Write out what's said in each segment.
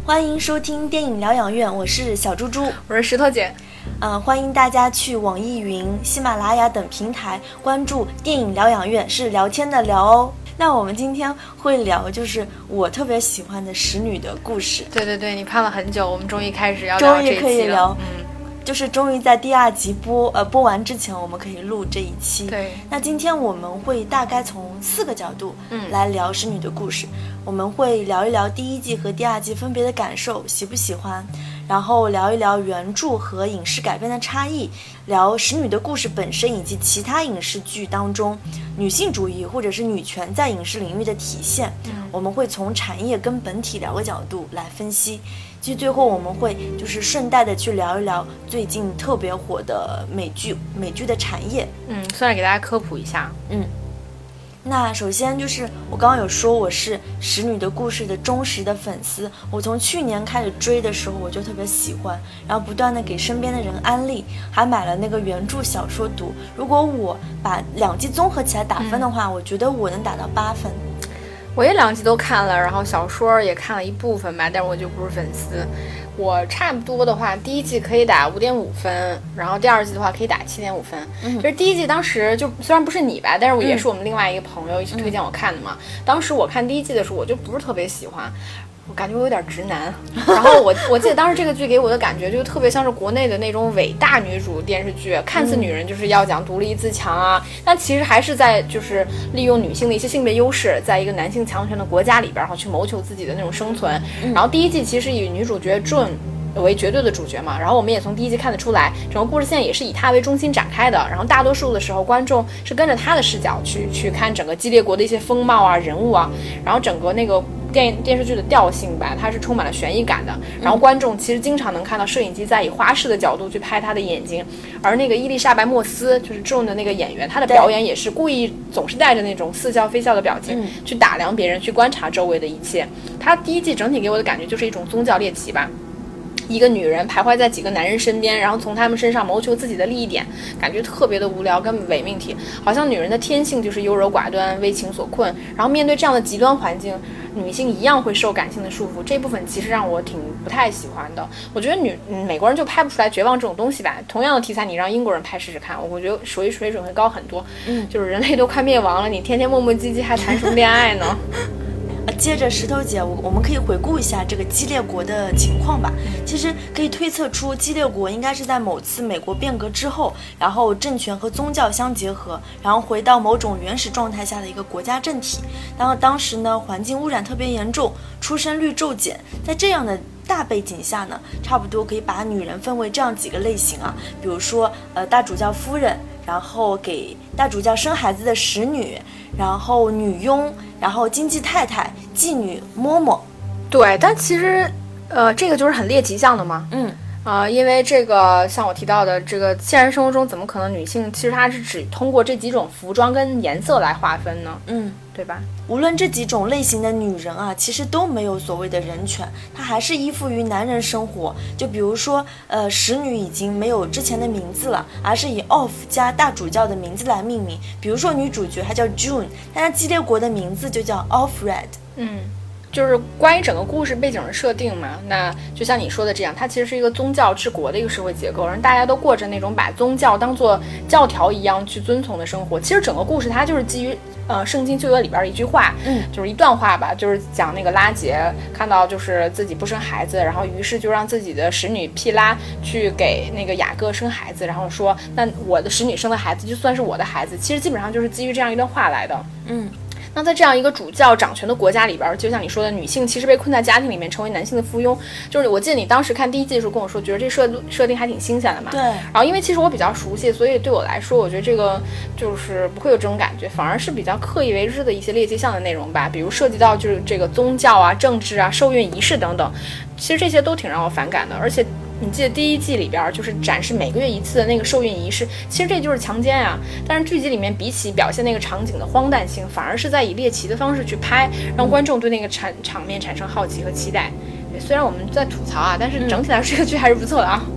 欢迎收听电影疗养院，我是小猪猪， 我是石头姐。 欢迎大家去网易云、喜马拉雅等平台关注电影疗养院，是聊天的聊哦。那我们今天会聊就是我特别喜欢的使女的故事。 对，你盼了很久，我们终于开始要聊这一期了。 终于可以聊，就是终于在第2集播完之前，我们可以录这一期。 对， 那今天我们会大概从4个角度来聊使女的故事。我们会聊一聊第1季和第2季分别的感受，喜不喜欢，然后聊一聊原著和影视改编的差异，聊使女的故事本身以及其他影视剧当中女性主义或者是女权在影视领域的体现。我们会从产业跟本体2个角度来分析。其实最后我们会就是顺带的去聊一聊最近特别火的美剧的产业。 算是给大家科普一下。 那首先就是我刚刚有说我是使女的故事的忠实的粉丝，我从去年开始追的时候我就特别喜欢，然后不断的给身边的人安利，还买了那个原著小说读。如果我把2季综合起来打分的话，我觉得我能打到8分。 我也2季都看了，然后小说也看了一部分吧，但是我就不是粉丝。我差不多的话，第1季可以打5.5分，然后第2季的话可以打7.5分。就是第1季当时就虽然不是你吧，但是我也是我们另外一个朋友一起推荐我看的嘛。当时我看第1季的时候，我就不是特别喜欢。我感觉我有点直男，然后我记得当时这个剧给我的感觉就特别像是国内的那种伟大女主电视剧，看似女人就是要讲独立自强啊，但其实还是在就是利用女性的一些性别优势，在一个男性强权的国家里边，然后去谋求自己的那种生存。然后第1季其实以女主角 June 为绝对的主角嘛，然后我们也从第1季看得出来，整个故事线也是以她为中心展开的，然后大多数的时候观众是跟着她的视角去看整个激烈国的一些风貌啊、人物啊，然后整个那个电视剧的调性吧，它是充满了悬疑感的。然后观众其实经常能看到摄影机在以花式的角度去拍她的眼睛，而那个伊丽莎白·莫斯就是 June 的那个演员，她的表演也是故意总是带着那种似笑非笑的表情，去打量别人，去观察周围的一切。她第1季整体给我的感觉就是一种宗教猎奇吧。一个女人徘徊在几个男人身边，然后从他们身上谋求自己的利益点，感觉特别的无聊跟伪命题，好像女人的天性就是优柔寡断、为情所困，然后面对这样的极端环境，女性一样会受感性的束缚。这部分其实让我挺不太喜欢的。我觉得美国人就拍不出来绝望这种东西吧。同样的题材你让英国人拍试试看，我觉得水准会高很多。就是人类都快灭亡了，你天天磨磨唧唧还谈什么恋爱呢？ 接着石头姐，我们可以回顾一下这个激烈国的情况吧。其实可以推测出，激烈国应该是在某次美国变革之后，然后政权和宗教相结合，然后回到某种原始状态下的一个国家政体。然后当时呢，环境污染特别严重，出生率骤减。在这样的大背景下呢，差不多可以把女人分为这样几个类型啊，比如说大主教夫人，然后给大主教生孩子的使女，然后女佣，然后经济太太、妓女、嬷嬷。 对，但其实这个就是很猎奇向的嘛。因为这个像我提到的，这个现实生活中怎么可能女性其实她是只通过这几种服装跟颜色来划分呢？对吧？ 无论这几种类型的女人啊，其实都没有所谓的人权，她还是依附于男人生活。就比如说使女已经没有之前的名字了，而是以 Off 加大主教的名字来命名。比如说女主角她叫 June， 但是激烈国的名字就叫 Offred。 就是关于整个故事背景的设定嘛，那就像你说的这样，它其实是一个宗教治国的一个社会结构，让大家都过着那种把宗教当作教条一样去遵从的生活。其实整个故事它就是基于圣经旧约里边一句话，就是一段话吧，就是讲那个拉结看到就是自己不生孩子，然后于是就让自己的使女毗拉去给那个雅各生孩子，然后说那我的使女生的孩子就算是我的孩子。其实基本上就是基于这样一段话来的。那在这样一个主教掌权的国家里边，就像你说的，女性其实被困在家庭里面，成为男性的附庸。就是我记得你当时看第1季的时候跟我说，觉得这设定还挺新鲜的嘛。 对。 然后因为其实我比较熟悉，所以对我来说，我觉得这个就是不会有这种感觉，反而是比较刻意为之的一些猎奇向的内容吧，比如涉及到就是这个宗教啊、政治啊、受孕仪式等等，其实这些都挺让我反感的。而且你记得第1季里边就是展示每个月1次的那个受孕仪式，其实这就是强奸啊。但是剧集里面比起表现那个场景的荒诞性，反而是在以猎奇的方式去拍，让观众对那个场面产生好奇和期待。虽然我们在吐槽啊，但是整体来说这个剧还是不错的啊。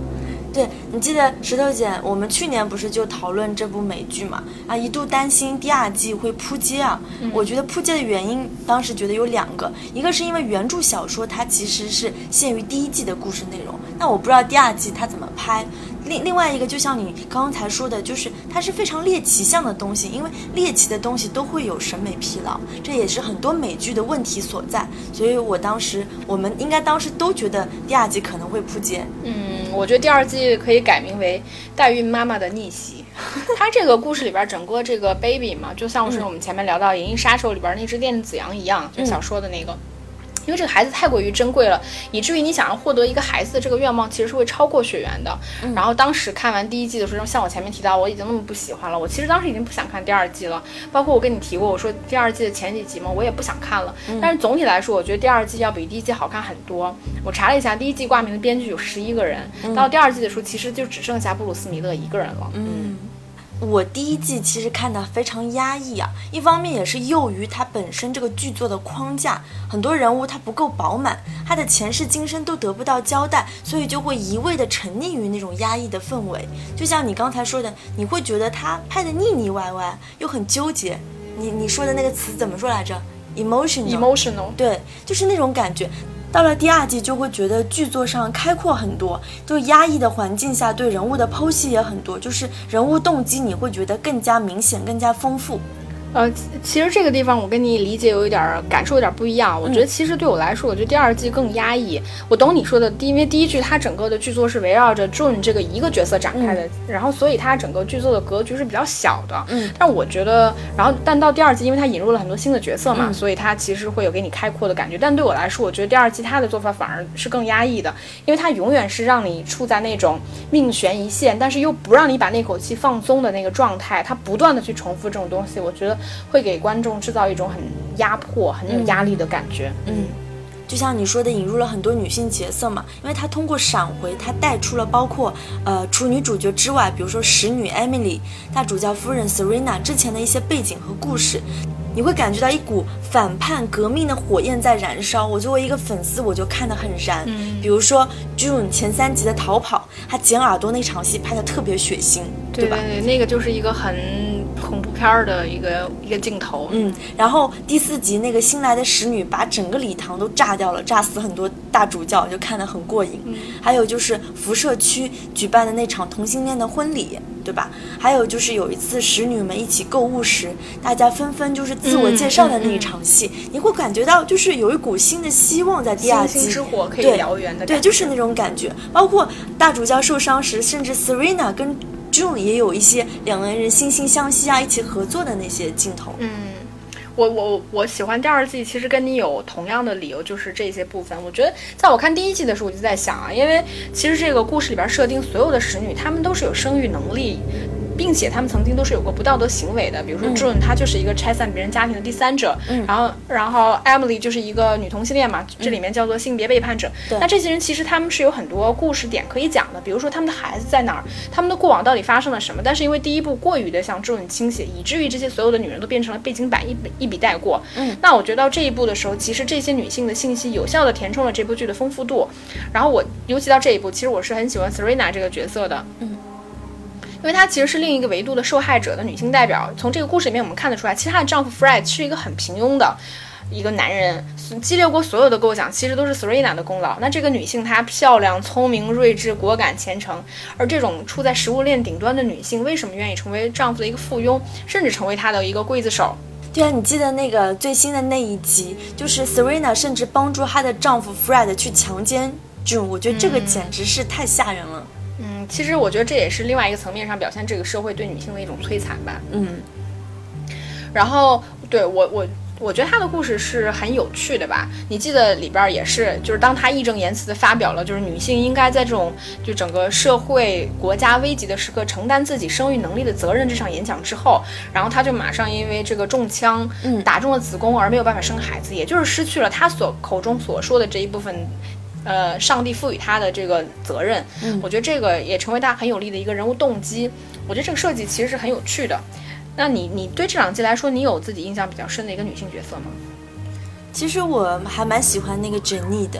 对，你记得石头姐，我们去年不是就讨论这部美剧嘛？一度担心第二季会扑街啊。我觉得扑街的原因，当时觉得有2个，一个是因为原著小说它其实是限于第1季的故事内容，那我不知道第2季它怎么拍。另外一个，就像你刚才说的，就是它是非常猎奇向的东西，因为猎奇的东西都会有审美疲劳，这也是很多美剧的问题所在。所以我们应该当时都觉得第2季可能会扑街。 我觉得第2季可以改名为代孕妈妈的逆袭。它这个故事里边整个这个 baby 嘛，就像是我们前面聊到《银翼杀手》里边那只电子羊一样，就小说的那个。因为这个孩子太过于珍贵了，以至于你想要获得一个孩子的这个愿望其实是会超过血缘的。然后当时看完第1季的时候，像我前面提到我已经那么不喜欢了，我其实当时已经不想看第2季了，包括我跟你提过，我说第2季的前几集嘛我也不想看了。但是总体来说我觉得第2季要比第1季好看很多。我查了一下，第1季挂名的编剧有11个人，到第2季的时候其实就只剩下布鲁斯米勒1个人了。 我第1季其实看得非常压抑啊，一方面也是囿于它本身这个剧作的框架，很多人物它不够饱满，它的前世今生都得不到交代，所以就会一味的沉溺于那种压抑的氛围。就像你刚才说的，你会觉得它拍的腻腻歪歪，又很纠结。你说的那个词怎么说来着？ emotional。 对，就是那种感觉。到了第2季就会觉得剧作上开阔很多，就压抑的环境下对人物的剖析也很多，就是人物动机你会觉得更加明显更加丰富。 其实这个地方我跟你理解有一点感受有点不一样。我觉得其实对我来说，我觉得第2季更压抑。我懂你说的，因为第1季它整个的剧作是围绕着 June 这个一个角色展开的，然后所以它整个剧作的格局是比较小的。但我觉得，但到第2季，因为它引入了很多新的角色嘛，所以它其实会有给你开阔的感觉。但对我来说，我觉得第2季它的做法反而是更压抑的，因为它永远是让你处在那种命悬一线，但是又不让你把那口气放松的那个状态，它不断的去重复这种东西，我觉得会给观众制造一种很压迫很有压力的感觉。 就像你说的，引入了很多女性角色嘛，因为它通过闪回，它带出了包括除女主角之外，比如说使女 Emily、 大主教夫人 Serena 之前的一些背景和故事，你会感觉到一股反叛革命的火焰在燃烧。我作为一个粉丝，我就看得很燃。比如说 June 前3集的逃跑，她剪耳朵那场戏拍得特别血腥，对吧？ 对，那个就是一个很恐怖片的一个镜头。 然后第4集那个新来的使女把整个礼堂都炸掉了，炸死很多大主教，就看得很过瘾。还有就是辐射区举办的那场同性恋的婚礼，对吧？还有就是有一次使女们一起购物时，大家纷纷就是自我介绍的那一场戏，你会感觉到就是有一股新的希望在第2季， 星星之火可以燎原的感觉。 对，就是那种感觉。包括大主教受伤时，甚至 Serena 跟 June 也有一些两个人惺惺相惜啊，一起合作的那些镜头。 我喜欢第2季，其实跟你有同样的理由，就是这些部分。我觉得在我看第1季的时候，我就在想啊，因为其实这个故事里边设定所有的使女，她们都是有生育能力，并且他们曾经都是有过不道德行为的。比如说 June 她就是一个拆散别人家庭的第三者，然后 Emily 就是一个女同性恋嘛，这里面叫做性别背叛者。那这些人其实他们是有很多故事点可以讲的，比如说他们的孩子在哪儿，他们的过往到底发生了什么。但是因为第1部过于的像 June 倾斜，以至于这些所有的女人都变成了背景板，一笔带过。那我觉得到这一步的时候，其实这些女性的信息有效的填充了这部剧的丰富度。然后我尤其到这一步，其实我是很喜欢 Serena 这个角色的。因为她其实是另一个维度的受害者的女性代表。从这个故事里面我们看得出来，其实她的丈夫 Fred 是一个很平庸的一个男人，激烈过所有的构想其实都是 Serena 的功劳。那这个女性她漂亮、聪明、睿智、果敢、虔诚，而这种处在食物链顶端的女性，为什么愿意成为丈夫的一个附庸，甚至成为他的一个刽子手？ 对啊，你记得那个最新的那一集，就是 Serena 甚至帮助她的丈夫 Fred 去强奸 June， 我觉得这个简直是太吓人了。 其实我觉得这也是另外一个层面上表现这个社会对女性的一种摧残吧。然后对我觉得他的故事是很有趣的吧。你记得里边也是，就是当他义正言辞地发表了就是女性应该在这种就整个社会国家危急的时刻承担自己生育能力的责任这场演讲之后，然后他就马上因为这个中枪打中了子宫而没有办法生孩子，也就是失去了他口中所说的这一部分上帝赋予他的这个责任。我觉得这个也成为他很有力的一个人物动机。我觉得这个设计其实是很有趣的。那你对这2季来说，你有自己印象比较深的一个女性角色吗？ 其实我还蛮喜欢那个珍妮的，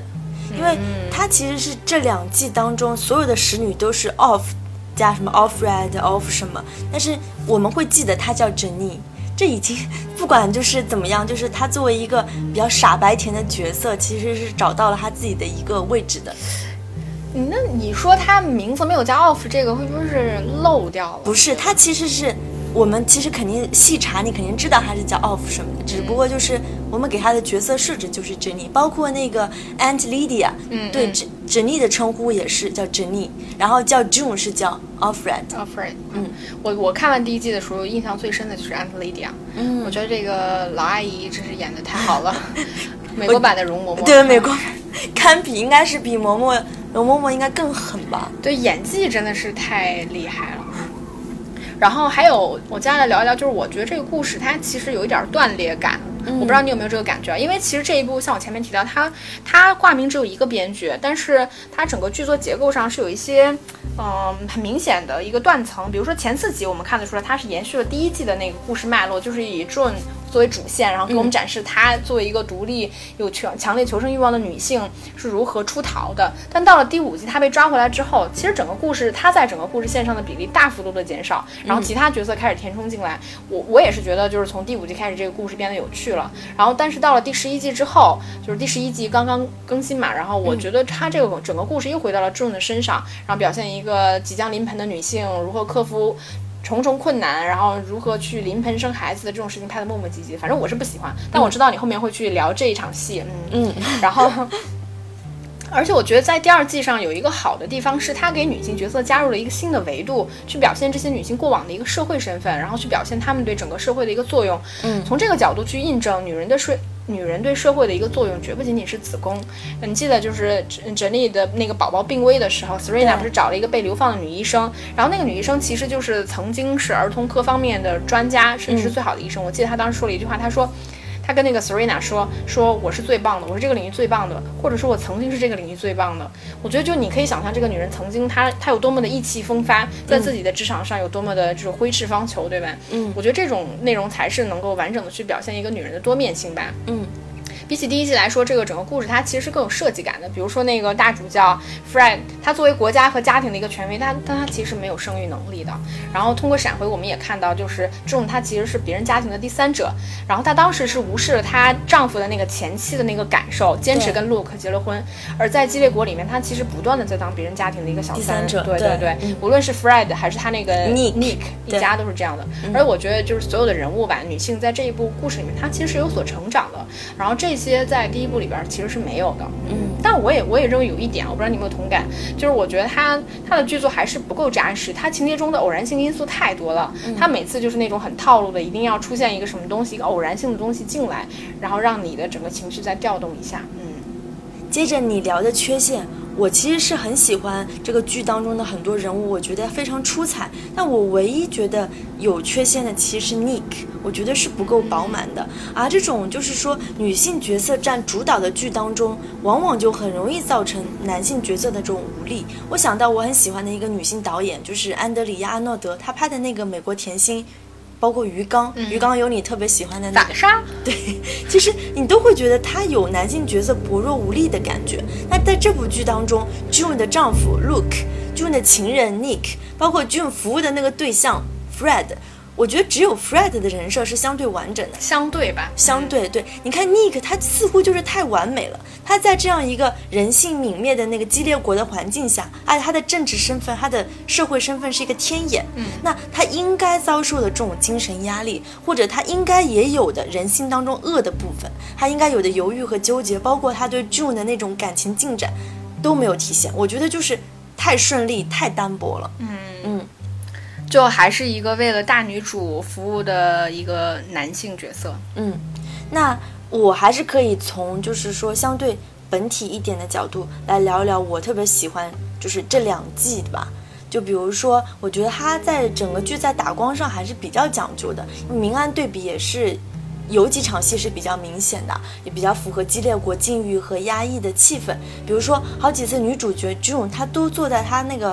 因为她其实是这2季当中所有的使女都是 off 加什么 Offred off 什么，但是我们会记得她叫珍妮。这已经不管就是怎么样，就是她作为一个比较傻白甜的角色，其实是找到了她自己的一个位置的。 那你说她名字没有加 off 这个会不会是漏掉了？ 不是，她其实是我们其实肯定细查，你肯定知道她是叫 off 什么的，只不过就是我们给她的角色设置就是珍妮，包括那个 Aunt Lydia，对珍妮的称呼也是叫珍妮，然后叫 June 是叫 Offred。 我看完第1季的时候，印象最深的就是 Aunt Lydia。我觉得这个老阿姨真是演得太好了。美国版的容嬷嬷， 对，美国版堪比应该是比容嬷嬷应该更狠吧？ 对，演技真的是太厉害了。然后还有，我接下来聊一聊，就是我觉得这个故事它其实有一点断裂感。我不知道你有没有这个感觉，因为其实这一部像我前面提到，它挂名只有1个编剧，但是它整个剧作结构上是有一些很明显的一个断层。比如说前4集我们看得出来，它是延续了第1季的那个故事脉络，就是以 June 作为主线，然后给我们展示她作为一个独立有强烈求生欲望的女性是如何出逃的。但到了第5季她被抓回来之后，其实整个故事她在整个故事线上的比例大幅度的减少，然后其他角色开始填充进来。我也是觉得就是从第5季开始这个故事变得有趣了。然后但是到了第11季之后，就是第11季刚刚更新嘛，然后我觉得她这个整个故事又回到了 June 的身上，然后表现一个即将临盆的女性如何克服重重困难，然后如何去临盆生孩子的这种事情拍得磨磨唧唧。反正我是不喜欢，但我知道你后面会去聊这一场戏。然后而且我觉得在第2季上有一个好的地方是，它给女性角色加入了一个新的维度，去表现这些女性过往的一个社会身份，然后去表现她们对整个社会的一个作用。从这个角度去印证女人对社会的一个作用绝不仅仅是子宫。你记得就是珍妮的那个宝宝病危的时候 Serena 不是找了一个被流放的女医生，然后那个女医生其实就是曾经是儿童科方面的专家，甚至是最好的医生。我记得她当时说了一句话，她说他跟那个 Serena 说我是最棒的，我是这个领域最棒的，或者说我曾经是这个领域最棒的。我觉得就你可以想象这个女人曾经她有多么的意气风发，在自己的职场上有多么的就是挥斥方遒，对吧？我觉得这种内容才是能够完整的去表现一个女人的多面性吧。比起第1季来说，这个整个故事它其实是更有设计感的。比如说那个大主教 Fred， 他作为国家和家庭的一个权威，但他其实没有生育能力的。然后通过闪回我们也看到，就是这种他其实是别人家庭的第三者，然后他当时是无视了她丈夫的那个前妻的那个感受，坚持跟 Luke 结了婚。而在激烈国里面，他其实不断的在当别人家庭的一个小三者。对，无论是 Fred 还是他那个 Nick 一家都是这样的。而我觉得就是所有的人物吧，女性在这一部故事里面，她其实是有所成长的。然后这些在第1部里边其实是没有的。但我也认为有一点，我不知道你有没有同感，就是我觉得他的剧作还是不够扎实，他情节中的偶然性因素太多了。他每次就是那种很套路的，一定要出现一个什么东西，一个偶然性的东西进来，然后让你的整个情绪再调动一下。 接着你聊的缺陷，我其实是很喜欢这个剧当中的很多人物，我觉得非常出彩。但我唯一觉得有缺陷的其实是 Nick， 我觉得是不够饱满的。而这种就是说女性角色占主导的剧当中，往往就很容易造成男性角色的这种无力。我想到我很喜欢的一个女性导演，就是安德里亚·阿诺德，她拍的那个美国甜心，包括鱼缸，鱼缸有你特别喜欢的那个反杀， 对，其实你都会觉得他有男性角色薄弱无力的感觉。那在这部剧当中 ，June 的丈夫 Luke，June 的情人 Nick， 包括 June 服务的那个对象 Fred， 我觉得只有 Fred 的人设是相对完整的， 相对吧， 相对对。你看 Nick， 他似乎就是太完美了。他在这样一个人性泯灭的那个激烈国的环境下，而且他的政治身份、他的社会身份是一个天眼，那他应该遭受的这种精神压力，或者他应该也有的人性当中恶的部分，他应该有的犹豫和纠结，包括他对 June 的那种感情进展都没有体现。我觉得就是太顺利、太单薄了。 就还是一个为了大女主服务的一个男性角色。 那我还是可以从就是说相对本体一点的角度来聊一聊我特别喜欢就是这2季吧。就比如说我觉得他在整个剧在打光上还是比较讲究的，明暗对比也是有几场戏是比较明显的，也比较符合激烈国禁欲和压抑的气氛。比如说好几次女主角 June 她都坐在她那个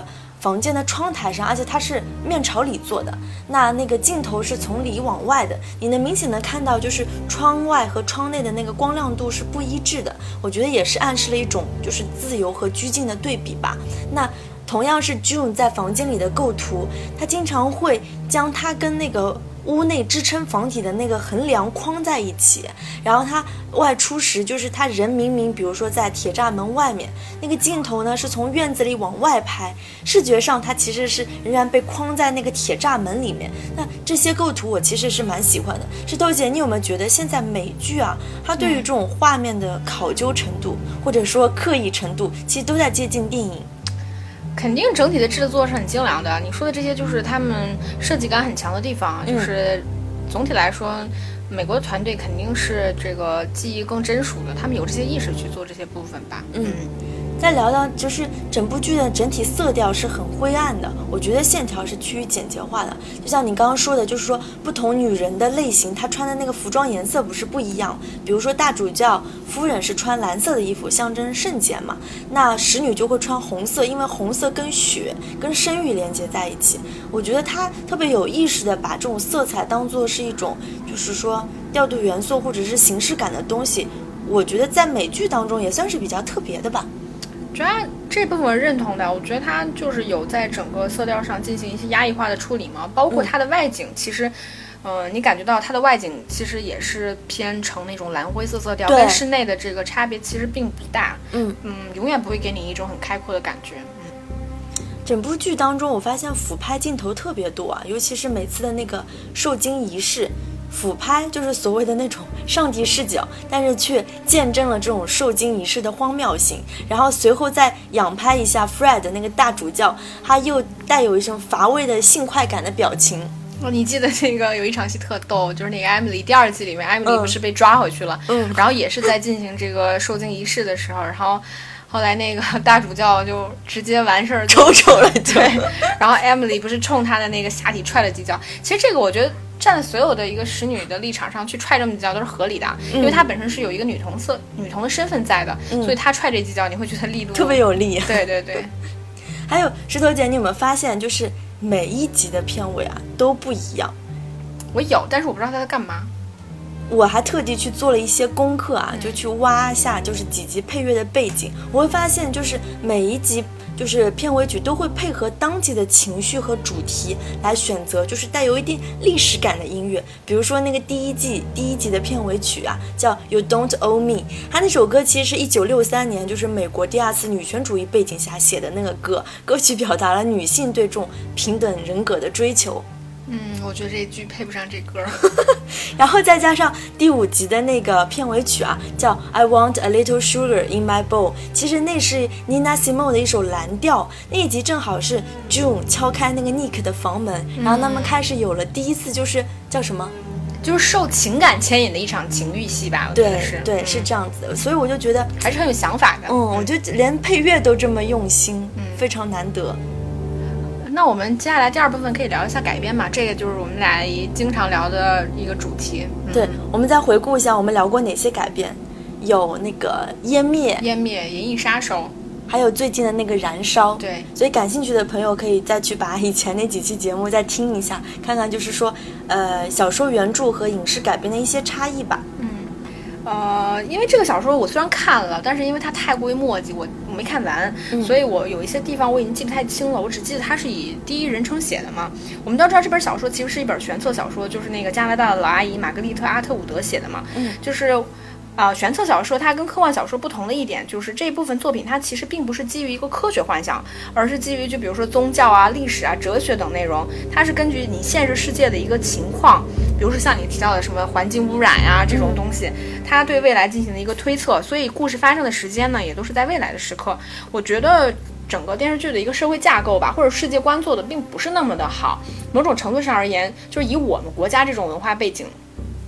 房间的窗台上，而且它是面朝里做的，那个镜头是从里往外的，你能明显的看到就是窗外和窗内的那个光亮度是不一致的，我觉得也是暗示了一种就是自由和拘禁的对比吧。那同样是 June 在房间里的构图，他经常会将它跟那个屋内支撑房体的那个横梁框在一起，然后他外出时就是他人明明比如说在铁栅门外面，那个镜头呢是从院子里往外拍，视觉上他其实是仍然被框在那个铁栅门里面。那这些构图我其实是蛮喜欢的。石头姐，你有没有觉得现在美剧啊，它对于这种画面的考究程度或者说刻意程度其实都在接近电影？ 肯定整体的制作是很精良的，你说的这些就是他们设计感很强的地方，就是总体来说美国的团队肯定是这个记忆更真熟的，他们有这些意识去做这些部分吧。 再聊到就是整部剧的整体色调是很灰暗的，我觉得线条是趋于简洁化的。就像你刚刚说的，就是说不同女人的类型，她穿的那个服装颜色不是不一样。比如说大主教夫人是穿蓝色的衣服，象征圣洁嘛，那使女就会穿红色，因为红色跟血跟生育连接在一起。我觉得她特别有意识的把这种色彩当作是一种就是说调度元素或者是形式感的东西，我觉得在美剧当中也算是比较特别的吧。 我觉得这部分我认同的，我觉得它就是有在整个色调上进行一些压抑化的处理嘛，包括它的外景，其实，你感觉到它的外景其实也是偏成那种蓝灰色色调，跟室内的这个差别其实并不大，永远不会给你一种很开阔的感觉。 整部剧当中，我发现俯拍镜头特别多啊，尤其是每次的那个受精仪式。俯拍就是所谓的那种上帝视角，但是却见证了这种受精仪式的荒谬性。然后随后再仰拍一下 Fred 的那个大主教，他又带有一种乏味的性快感的表情。 你记得那个有一场戏特逗，就是那个 Emily 第二季里面，Emily 不是被抓回去了，然后也是在进行这个受精仪式的时候，然后后来那个大主教就直接完事儿抽了就， 对，然后 Emily 不是冲他的那个下体踹了几脚。其实这个我觉得站在所有的一个使女的立场上去踹这么几脚都是合理的，因为她本身是有一个女童的身份在的，所以她踹这几脚你会觉得力度特别有力。 对对对。 还有石头姐，你有没有发现就是每一集的片尾啊都不一样？ 我有，但是我不知道她在干嘛。 我还特地去做了一些功课啊，就去挖下就是几集配乐的背景，我会发现就是每一集就是片尾曲都会配合当季的情绪和主题来选择就是带有一定历史感的音乐。比如说那个第一集的片尾曲啊，叫 You Don't Owe Me， 它那首歌其实是1963年就是美国第二次女权主义背景下写的那个歌，歌曲表达了女性对这种平等人格的追求。 我觉得这剧配不上这歌。 然后再加上第5集的那个片尾曲啊，叫 I Want a Little Sugar in My Bowl， 其实那是 Nina Simone 的一首蓝调。那一集正好是 June 敲开那个 Nick 的房门，然后他们开始有了第一次就是叫什么， 就是受情感牵引的一场情欲戏吧。我觉得是对，是这样子的。所以我就觉得还是很有想法的。 我就连配乐都这么用心，非常难得。 那我们接下来第二部分可以聊一下改编嘛，这个就是我们俩经常聊的一个主题。 对，我们再回顾一下我们聊过哪些改编，有那个湮灭、 银翼杀手， 还有最近的那个燃烧。 对， 所以感兴趣的朋友可以再去把以前那几期节目再听一下，看看就是说小说原著和影视改编的一些差异吧。 因为这个小说我虽然看了，但是因为它太过于墨迹，我没看完，所以我有一些地方我已经记不太清了，我只记得它是以第一人称写的嘛。我们都知道这本小说其实是一本玄策小说，就是那个加拿大的老阿姨玛格丽特·阿特伍德写的嘛。就是玄策小说它跟科幻小说不同的一点，就是这一部分作品它其实并不是基于一个科学幻想，而是基于就比如说宗教啊、历史啊、哲学等内容，它是根据你现实世界的一个情况，比如说像你提到的什么环境污染啊这种东西，它对未来进行了一个推测，所以故事发生的时间呢也都是在未来的时刻。我觉得整个电视剧的一个社会架构吧，或者世界观做的并不是那么的好，某种程度上而言，就是以我们国家这种文化背景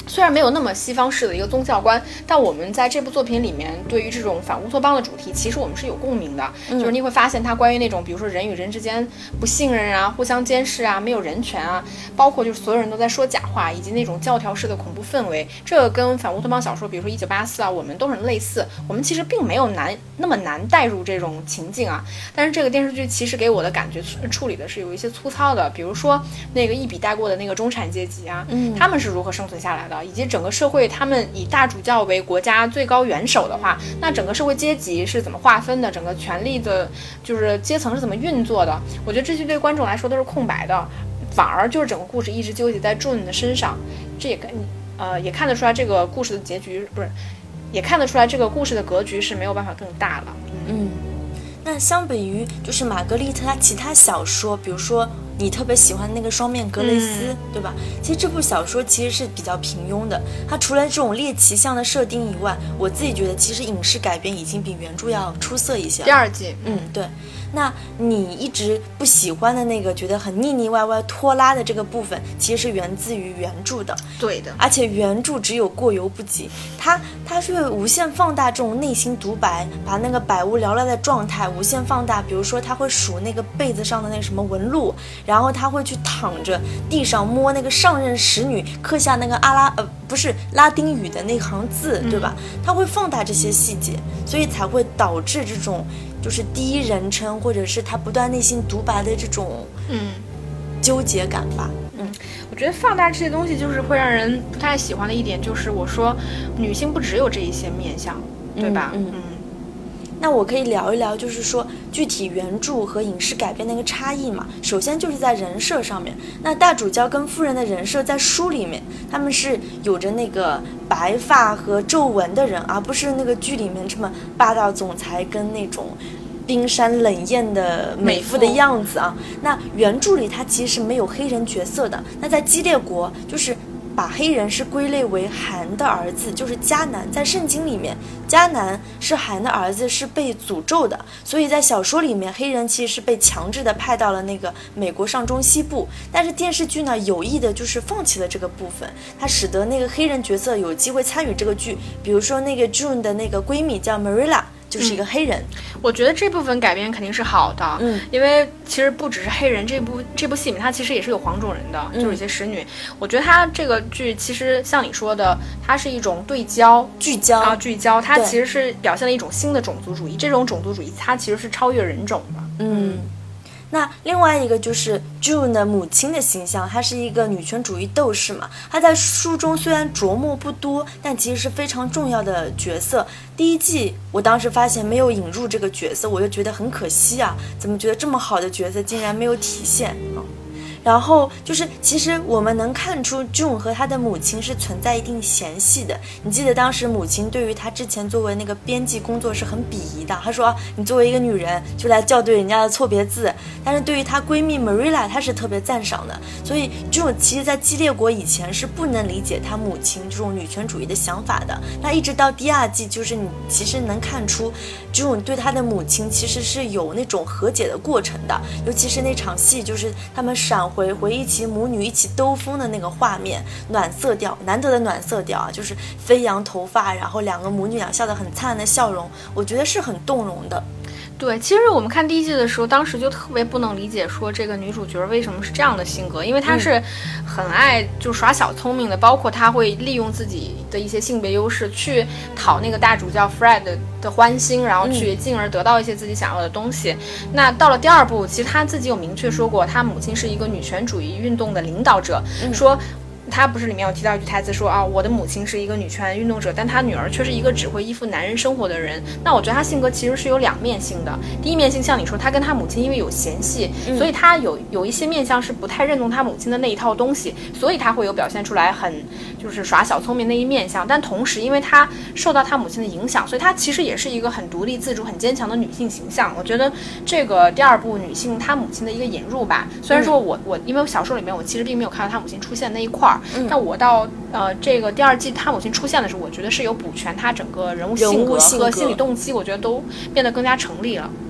虽然没有那么西方式的一个宗教观，但我们在这部作品里面对于这种反乌托邦的主题，其实我们是有共鸣的。就是你会发现它关于那种比如说人与人之间不信任啊，互相监视啊，没有人权啊，包括就是所有人都在说假话，以及那种教条式的恐怖氛围，这个跟反乌托邦小说比如说1984啊，我们都很类似。我们其实并没有那么难带入这种情境啊，但是这个电视剧其实给我的感觉处理的是有一些粗糙的，比如说那个一笔带过的那个中产阶级啊，他们是如何生存下来的，以及整个社会他们以大主教为国家最高元首的话，那整个社会阶级是怎么划分的，整个权力的就是阶层是怎么运作的，我觉得这些对观众来说都是空白的，反而就是整个故事一直纠结在 June 的身上，这也看得出来这个故事的结局不是，也看得出来这个故事的格局是没有办法更大了。 那相比于就是玛格丽特她其他小说，比如说你特别喜欢那个双面格雷斯，对吧？其实这部小说其实是比较平庸的，它除了这种猎奇向的设定以外，我自己觉得其实影视改编已经比原著要出色一些了。 第2季， 对。那你一直不喜欢的那个觉得很腻腻歪歪拖拉的这个部分，其实是源自于原著的。 对的， 而且原著只有过犹不及，它是会无限放大这种内心独白，把那个百无聊赖的状态无限放大。比如说他会数那个被子上的那个什么纹路，然后他会去躺着地上摸那个上任使女刻下那个拉丁语的那行字，对吧？他会放大这些细节，所以才会导致这种就是第一人称，或者是他不断内心独白的这种纠结感吧。 我觉得放大这些东西就是会让人不太喜欢的一点，就是我说女性不只有这一些面向，对吧？ 那我可以聊一聊，就是说具体原著和影视改编的一个差异嘛。首先就是在人设上面，那大主教跟夫人的人设在书里面，他们是有着那个白发和皱纹的人，而不是那个剧里面这么霸道总裁跟那种冰山冷艳的美妇的样子啊。那原著里他其实是没有黑人角色的。那在基列国就是把黑人是归类为韩的儿子，就是迦南，在圣经里面迦南是韩的儿子，是被诅咒的，所以在小说里面黑人其实是被强制的派到了那个美国上中西部，但是电视剧呢有意的就是放弃了这个部分，它使得那个黑人角色有机会参与这个剧，比如说那个 June 的那个闺蜜叫 Marilla，就是一个黑人。 我觉得这部分改编肯定是好的，因为其实不只是黑人，这部戏里面它其实也是有黄种人的，就是一些使女。我觉得它这个剧其实像你说的，它是一种聚焦，它其实是表现了一种新的种族主义，这种种族主义它其实是超越人种的。 那另外一个就是 June 的母亲的形象，她是一个女权主义斗士嘛，她在书中虽然琢磨不多，但其实是非常重要的角色。第1季我当时发现没有引入这个角色，我就觉得很可惜啊，怎么觉得这么好的角色竟然没有体现然后就是其实我们能看出 June 和她的母亲是存在一定嫌隙的。你记得当时母亲对于她之前作为那个编辑工作是很鄙夷的，她说你作为一个女人就来校对人家的错别字，但是对于她闺蜜 Marilla 她是特别赞赏的。所以 June 其实在基列国以前是不能理解她母亲这种女权主义的想法的，那一直到第2季，就是你其实能看出 June 对她的母亲其实是有那种和解的过程的，尤其是那场戏，就是他们回忆起母女一起兜风的那个画面，暖色调，难得的暖色调啊，就是飞扬头发，然后两个母女俩笑得很灿烂的笑容，我觉得是很动容的。 对，其实我们看第1季的时候，当时就特别不能理解说这个女主角为什么是这样的性格，因为她是很爱就耍小聪明的，包括她会利用自己的一些性别优势去讨那个大主教 Fred 的欢心，然后去进而得到一些自己想要的东西。那到了第2部，其实她自己有明确说过，她母亲是一个女权主义运动的领导者，说他不是里面有提到一句台词说我的母亲是一个女权运动者，但她女儿却是一个只会依附男人生活的人。那我觉得她性格其实是有两面性的。第一面性像你说，她跟她母亲因为有嫌隙，所以她有一些面向是不太认同她母亲的那一套东西，所以她会有表现出来很就是耍小聪明那一面相。但同时因为她受到她母亲的影响，所以她其实也是一个很独立自主很坚强的女性形象。我觉得这个第2部女性她母亲的一个引入吧，虽然说我因为小说里面我其实并没有看到她母亲出现那一块儿，但我到这个第2季她母亲出现的时候，我觉得是有补全她整个人物性格和心理动机，我觉得都变得更加成立了。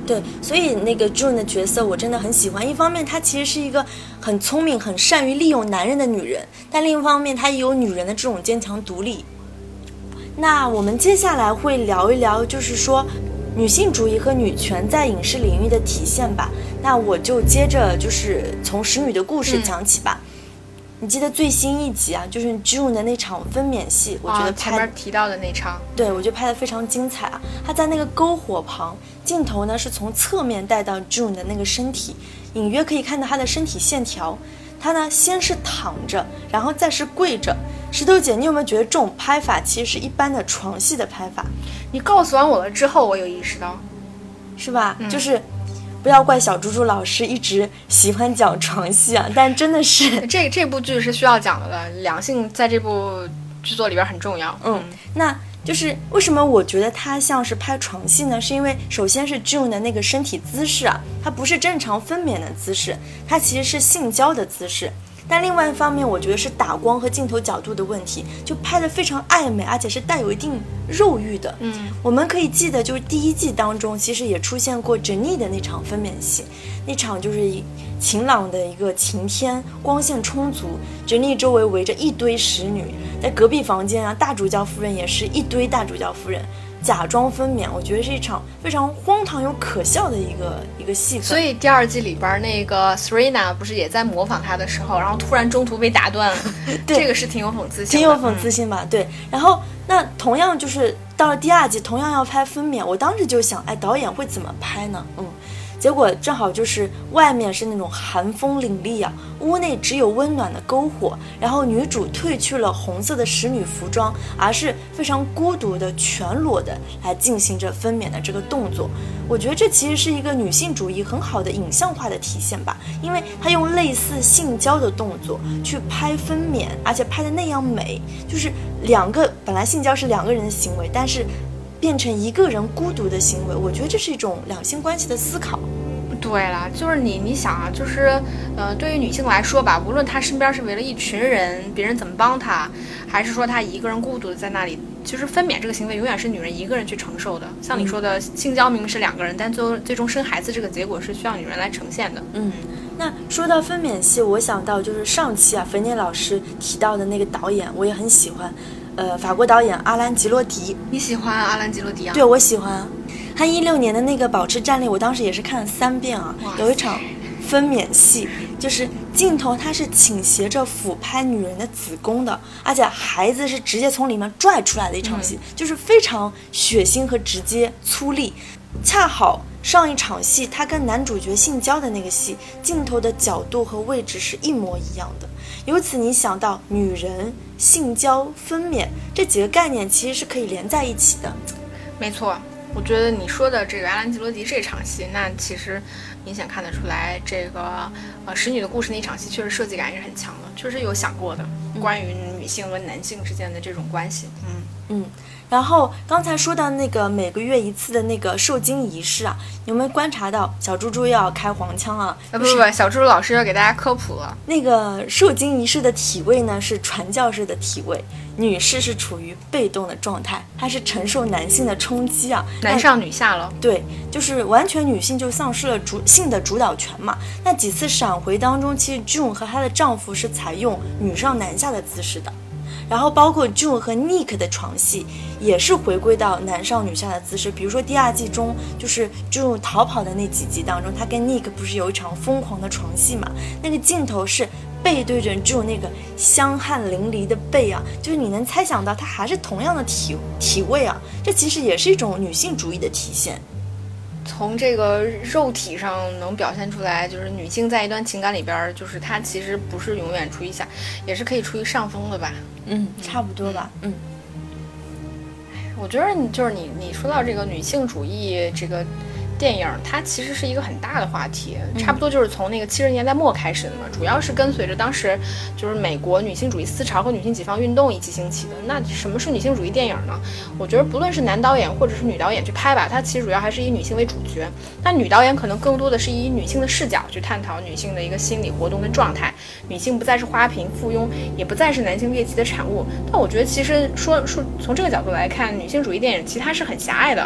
对，所以那个 June 的角色我真的很喜欢。一方面，她其实是一个很聪明、很善于利用男人的女人，但另一方面，她也有女人的这种坚强独立。那我们接下来会聊一聊，就是说女性主义和女权在影视领域的体现吧。那我就接着就是从使女的故事讲起吧。你记得最新一集啊，就是 June 的那场分娩戏，我觉得前面提到的那场， 对，我觉得拍得非常精彩啊。他在那个篝火旁，镜头呢是从侧面带到 June 的那个身体，隐约可以看到她的身体线条。她呢先是躺着，然后再是跪着。石头姐，你有没有觉得这种拍法其实是一般的床戏的拍法？ 你告诉完我了之后，我有意识到， 是吧？就是不要怪小猪猪老师一直喜欢讲床戏啊，但真的是这部剧是需要讲的，两性在这部剧作里边很重要。 那就是为什么我觉得它像是拍床戏呢？是因为首先是 June 的那个身体姿势啊，它不是正常分娩的姿势，它其实是性交的姿势。但另外一方面，我觉得是打光和镜头角度的问题，就拍得非常暧昧，而且是带有一定肉欲的。我们可以记得，就是第一季当中，其实也出现过 Jenny 的那场分娩戏，那场就是晴朗的一个晴天，光线充足 ，Jenny 周围围着一堆使女，在隔壁房间啊，大主教夫人也是一堆大主教夫人。假装分娩，我觉得是一场非常荒唐又可笑的一个戏份。 所以第二季里边那个 Serena 不是也在模仿他的时候，然后突然中途被打断了，这个是挺有讽刺性的， 挺有讽刺性吧？对。然后那同样就是到了第二季，同样要拍分娩，我当时就想，哎，导演会怎么拍呢？结果正好就是外面是那种寒风凛冽啊，屋内只有温暖的篝火，然后女主褪去了红色的使女服装，而是非常孤独的全裸的来进行着分娩的这个动作。我觉得这其实是一个女性主义很好的影像化的体现吧，因为她用类似性交的动作去拍分娩，而且拍的那样美，就是本来性交是两个人的行为，但是变成一个人孤独的行为，我觉得这是一种两性关系的思考。 对了，就是你想啊，就是对于女性来说吧，无论她身边是围了一群人，别人怎么帮她，还是说她一个人孤独的在那里，其实分娩这个行为永远是女人一个人去承受的。像你说的，性交明明是两个人，但最终生孩子这个结果是需要女人来呈现的。 那说到分娩戏，我想到就是上期啊，肥念老师提到的那个导演，我也很喜欢。法国导演阿兰·吉罗迪。 你喜欢阿兰·吉罗迪啊？ 对，我喜欢。他16年的那个《保持站立》，我当时也是看了3遍啊。有一场分娩戏，就是镜头它是倾斜着俯拍女人的子宫的，而且孩子是直接从里面拽出来的一场戏，就是非常血腥和直接粗粝。恰好上一场戏他跟男主角性交的那个戏，镜头的角度和位置是一模一样的。由此你想到女人、性交、分娩这几个概念其实是可以连在一起的。 没错，我觉得你说的这个阿兰·吉罗迪这场戏，那其实明显看得出来，这个使女的故事那场戏确实设计感也是很强的，确实有想过的关于女性和男性之间的这种关系。 然后刚才说到那个每个月一次的那个受精仪式啊，有没有观察到小猪猪要开黄腔啊？ 不，小猪猪老师要给大家科普了。 那个受精仪式的体位呢是传教士的体位，女士是处于被动的状态，她是承受男性的冲击啊， 男上女下了。 对，就是完全女性就丧失了性的主导权嘛。那几次闪回当中，其实 June 和她的丈夫是采用女上男下的姿势的。然后包括 June 和 Nick 的床戏也是回归到男上女下的姿势，比如说第2季中就是 June 逃跑的那几集当中，他跟 Nick 不是有一场疯狂的床戏嘛？那个镜头是背对着 June 那个香汗淋漓的背啊，就是你能猜想到他还是同样的体位啊，这其实也是一种女性主义的体现。 从这个肉体上能表现出来，就是女性在一段情感里边，就是她其实不是永远处于下，也是可以处于上风的吧？ 差不多吧。 我觉得你说到这个女性主义这个电影，它其实是一个很大的话题，差不多就是从那个70年代末开始的嘛，主要是跟随着当时就是美国女性主义思潮和女性解放运动一起兴起的。那什么是女性主义电影呢？我觉得不论是男导演或者是女导演去拍吧，它其实主要还是以女性为主角，但女导演可能更多的是以女性的视角去探讨女性的一个心理活动的状态，女性不再是花瓶附庸，也不再是男性猎奇的产物。但我觉得其实说从这个角度来看，女性主义电影其实它是很狭隘的，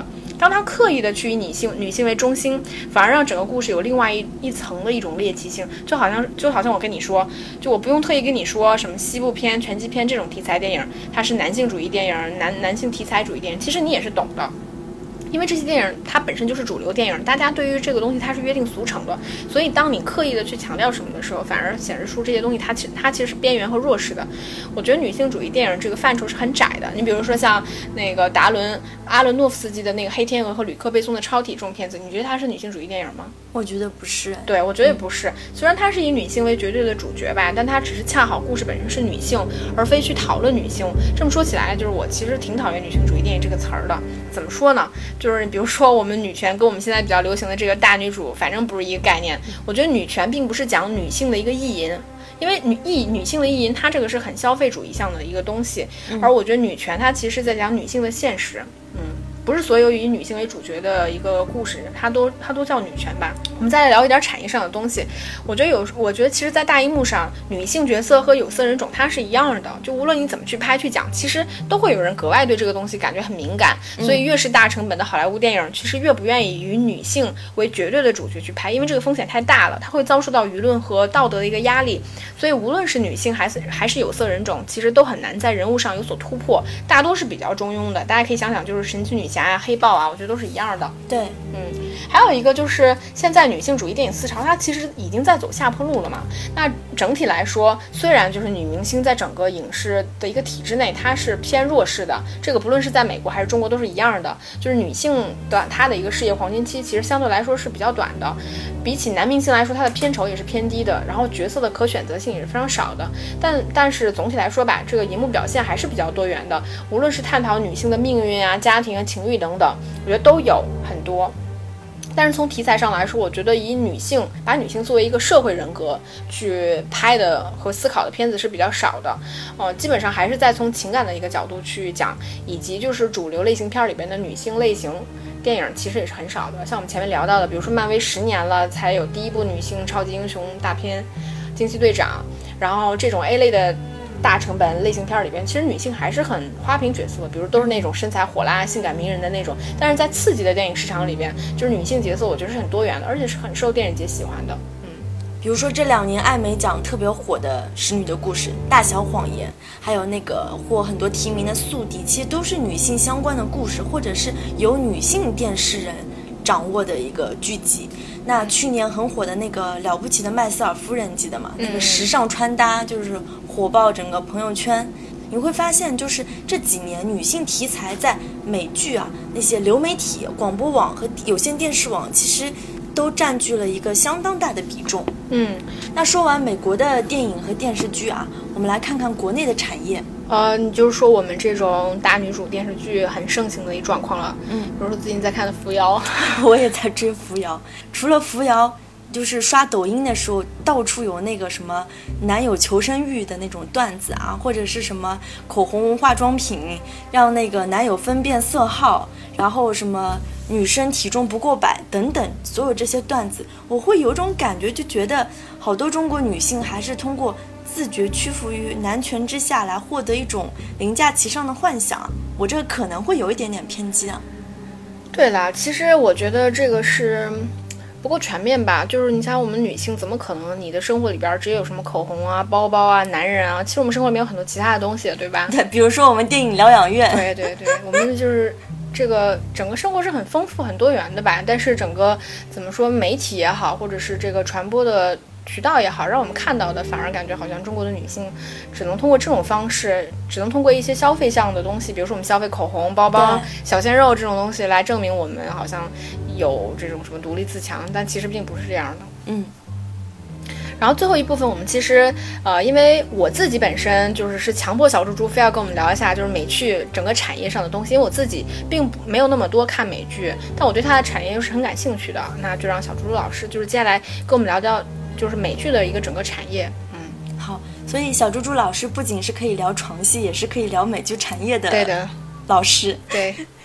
当他刻意的去以女性为中心，反而让整个故事有另外一层的一种猎奇性，就好像我跟你说，就我不用特意跟你说什么西部片、拳击片这种题材电影，它是男性主义电影、男性题材主义电影，其实你也是懂的。因为这些电影它本身就是主流电影，大家对于这个东西它是约定俗成的，所以当你刻意的去强调什么的时候，反而显示出这些东西它其实是边缘和弱势的。我觉得女性主义电影这个范畴是很窄的。你比如说像那个阿伦诺夫斯基的那个《黑天鹅》和吕克贝松的《超体》这种片子，你觉得它是女性主义电影吗？ 我觉得不是。 对，我觉得也不是。虽然它是以女性为绝对的主角吧，但它只是恰好故事本身是女性，而非去讨论女性。这么说起来，就是我其实挺讨厌女性主义电影这个词儿的。怎么说呢？就是比如说我们女权跟我们现在比较流行的这个大女主，反正不是一个概念。我觉得女权并不是讲女性的一个意淫，因为女性的意淫，它这个是很消费主义向的一个东西，而我觉得女权它其实在讲女性的现实。不是所有以女性为主角的一个故事，它都叫女权吧。我们再来聊一点产业上的东西。我觉得其实，在大荧幕上，女性角色和有色人种它是一样的，就无论你怎么去拍去讲，其实都会有人格外对这个东西感觉很敏感。所以越是大成本的好莱坞电影，其实越不愿意以女性为绝对的主角去拍，因为这个风险太大了，它会遭受到舆论和道德的一个压力。所以无论是女性还是有色人种，其实都很难在人物上有所突破，大多是比较中庸的。大家可以想想，就是神奇女侠啊、黑豹啊，我觉得都是一样的。 对， 还有一个就是现在女性主义电影思潮，它其实已经在走下坡路了嘛。那整体来说，虽然就是女明星在整个影视的一个体制内，它是偏弱势的，这个不论是在美国还是中国都是一样的。就是女性的她的一个事业黄金期，其实相对来说是比较短的，比起男明星来说，她的片酬也是偏低的，然后角色的可选择性也是非常少的。但是总体来说吧，这个荧幕表现还是比较多元的，无论是探讨女性的命运啊、家庭啊、情欲等等，我觉得都有很多。但是从题材上来说，我觉得把女性作为一个社会人格去拍的和思考的片子是比较少的，基本上还是在从情感的一个角度去讲，以及就是主流类型片里边的女性类型电影其实也是很少的。像我们前面聊到的，比如说漫威10年了才有第一部女性超级英雄大片《惊奇队长》，然后这种 A 类的大成本类型片里边，其实女性还是很花瓶角色，比如都是那种身材火辣、性感迷人的那种。但是在刺激的电影市场里边，就是女性角色，我觉得是很多元的，而且是很受电影节喜欢的。 比如说这2年艾美奖特别火的《使女的故事》、《大小谎言》，还有那个获很多提名的《宿敌》，其实都是女性相关的故事，或者是由女性电视人掌握的一个剧集。那去年很火的那个了不起的麦瑟尔夫人，记得吗？那个时尚穿搭就是火爆整个朋友圈。你会发现，就是这几年女性题材在美剧啊、那些流媒体、广播网和有线电视网，其实都占据了一个相当大的比重。那说完美国的电影和电视剧啊，我们来看看国内的产业。 你就是说我们这种大女主电视剧很盛行的一状况了。比如说最近在看的《扶摇》， 我也在追《扶摇》。除了《扶摇》，就是刷抖音的时候，到处有那个什么男友求生欲的那种段子啊，或者是什么口红、化妆品让那个男友分辨色号，然后什么女生体重不过100等等，所有这些段子，我会有种感觉，就觉得好多中国女性还是通过自觉屈服于男权之下来获得一种凌驾其上的幻想。我这个可能会有一点点偏激啊。 对啦，其实我觉得这个是不够全面吧，就是你想我们女性怎么可能你的生活里边只有什么口红啊、包包啊、男人啊，其实我们生活里面有很多其他的东西，对吧？ 对，比如说我们电影疗养院。 对，我们就是这个整个生活是很丰富很多元的吧，但是整个怎么说，媒体也好，或者是这个传播的渠道也好，让我们看到的反而感觉好像中国的女性只能通过这种方式，只能通过一些消费项的东西，比如说我们消费口红、包包、小鲜肉这种东西来证明我们好像有这种什么独立自强，但其实并不是这样的。然后最后一部分我们其实因为我自己本身是强迫小猪猪非要跟我们聊一下就是美剧整个产业上的东西，因为我自己并没有那么多看美剧，但我对它的产业又是很感兴趣的，那就让小猪猪老师接下来跟我们聊聊就是美剧的一个整个产业。 好，所以小猪猪老师不仅是可以聊床戏，也是可以聊美剧产业的。 对的， 老师。 对。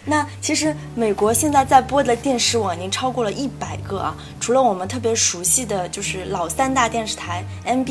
那其实美国现在在播的电视网已经超过了100个啊，除了我们特别熟悉的就是老3大电视台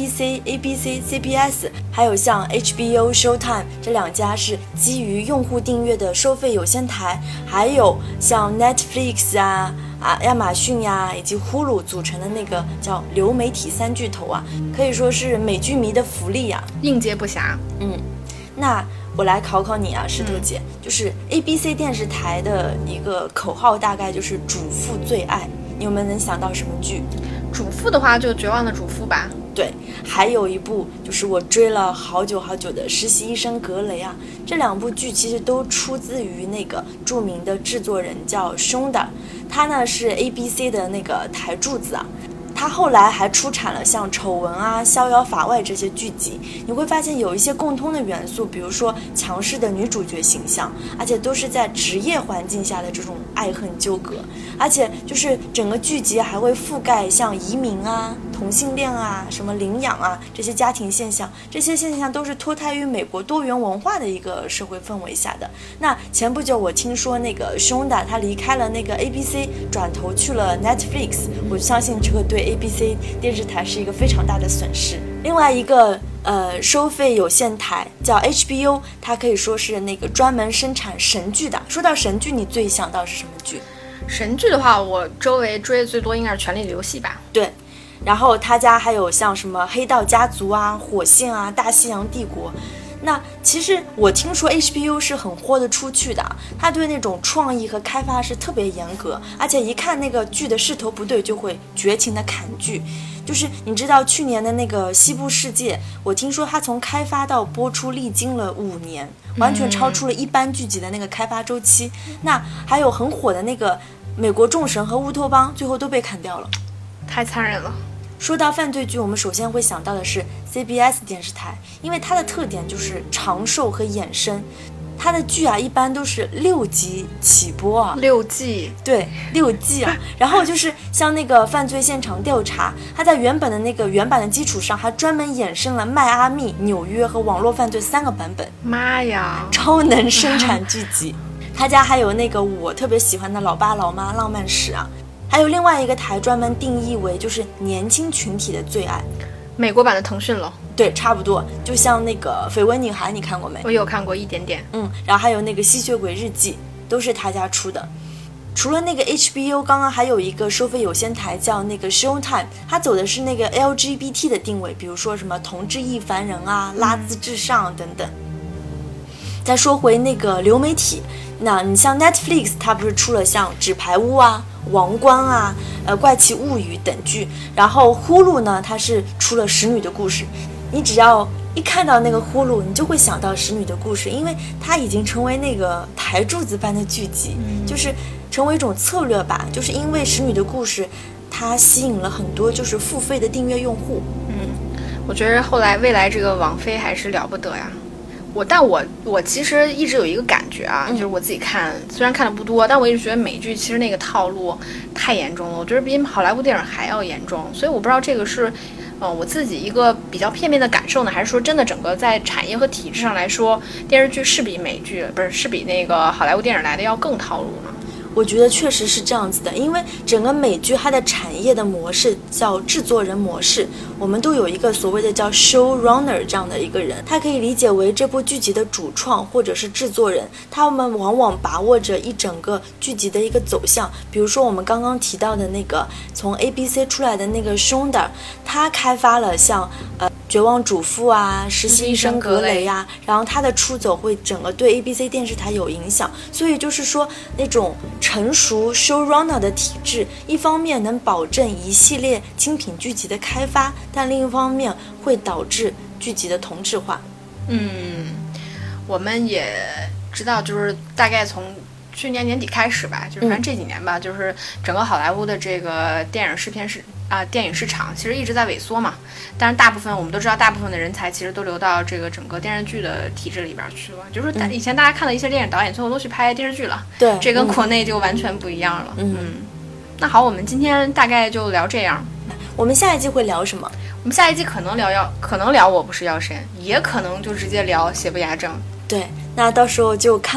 NBC、ABC、CBS， 还有像 HBO、Showtime 这2家是基于用户订阅的收费有线台，还有像 Netflix 啊、亚马逊呀以及 Hulu 组成的那个叫流媒体3巨头啊，可以说是美剧迷的福利啊， 应接不暇。 那我来考考你啊，石头姐，就是 ABC 电视台的一个口号大概就是主妇最爱，你有没有能想到什么剧？ 主妇的话就绝望的主妇吧。 对，还有一部就是我追了好久好久的实习医生格雷啊，这2部剧其实都出自于那个著名的制作人叫凶的，他呢是 ABC 的那个台柱子啊。他后来还出产了像《丑闻》啊、《逍遥法外》这些剧集，你会发现有一些共通的元素，比如说强势的女主角形象，而且都是在职业环境下的这种爱恨纠葛，而且就是整个剧集还会覆盖像移民啊、同性恋啊、什么领养啊这些家庭现象，这些现象都是脱胎于美国多元文化的一个社会氛围下的。那前不久我听说那个凶的他离开了那个 ABC， 转头去了 Netflix， 我相信这个对ABC 电视台是一个非常大的损失。另外一个收费有线台叫 HBO， 它可以说是那个专门生产神剧的。说到神剧，你最想到是什么剧？ 神剧的话，我周围追的最多应该是《权力的游戏》吧。 对，然后他家还有像什么黑道家族啊、火线啊、大西洋帝国。那其实我听说 HBO 是很豁得出去的，他对那种创意和开发是特别严格，而且一看那个剧的势头不对就会绝情的砍剧。就是你知道去年的那个西部世界，我听说它从开发到播出历经了5年，完全超出了一般剧集的那个开发周期。那还有很火的那个美国众神和乌托邦，最后都被砍掉了， 太残忍了。 说到犯罪剧，我们首先会想到的是 CBS 电视台，因为它的特点就是长寿和衍生。它的剧啊，一般都是6集起播啊 ，6季， 对，6季啊。然后就是像那个犯罪现场调查，它在原版的基础上，还专门衍生了迈阿密、纽约和网络犯罪3个版本。 妈呀， 超能生产剧集。他家还有那个我特别喜欢的老爸老妈浪漫史啊。还有另外一个台专门定义为就是年轻群体的最爱， 美国版的腾讯了。 对，差不多，就像那个绯闻女孩，你看过没？ 我有看过一点点。 然后还有那个吸血鬼日记，都是他家出的。除了那个 HBO， 刚刚还有一个收费有线台叫那个 Showtime， 它走的是那个 LGBT 的定位，比如说什么同志亦凡人啊、拉兹至上等等。再说回那个流媒体，那你像 Netflix， 它不是出了像纸牌屋啊、王冠啊、怪奇物语等剧，然后 Hulu 呢，它是出了使女的故事。你只要一看到那个呼噜，你就会想到使女的故事，因为它已经成为那个台柱子般的剧集，就是成为一种策略吧。就是因为使女的故事，它吸引了很多就是付费的订阅用户。 我觉得后来未来这个网飞还是了不得呀。但我其实一直有一个感觉啊，就是我自己看，虽然看的不多，但我一直觉得美剧其实那个套路太严重了，我觉得比好莱坞电影还要严重。所以我不知道这个是我自己一个比较片面的感受呢，还是说真的整个在产业和体制上来说，电视剧是比美剧是比那个好莱坞电影来的要更套路呢？ 我觉得确实是这样子的，因为整个美剧它的产业的模式叫制作人模式，我们都有一个所谓的叫 showrunner 这样的一个人，他可以理解为这部剧集的主创或者是制作人，他们往往把握着一整个剧集的一个走向。比如说我们刚刚提到的那个从 ABC 出来的那个 Shonda， 他开发了像绝望主妇啊、实习医生格雷啊，然后他的出走会整个对 ABC 电视台有影响，所以就是说那种成熟 showrunner 的体制，一方面能保证一系列精品剧集的开发，但另一方面会导致剧集的同质化。 我们也知道，就是大概从去年年底开始吧，就是反正这几年吧，就是整个好莱坞的这个电影市场其实一直在萎缩嘛。但是大部分我们都知道，大部分的人才其实都流到这个整个电视剧的体制里边去了。就是以前大家看的一些电影导演，最后都去拍电视剧了。 对， 这跟国内就完全不一样了。那好，我们今天大概就聊这样。 我们下一季会聊什么？ 我们下一季可能聊我不是药神，也可能就直接聊邪不压正。 对，那到时候就看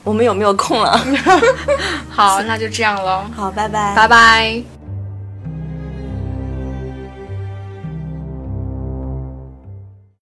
我们有没有空了。 好，那就这样喽。 好，拜拜， 拜拜。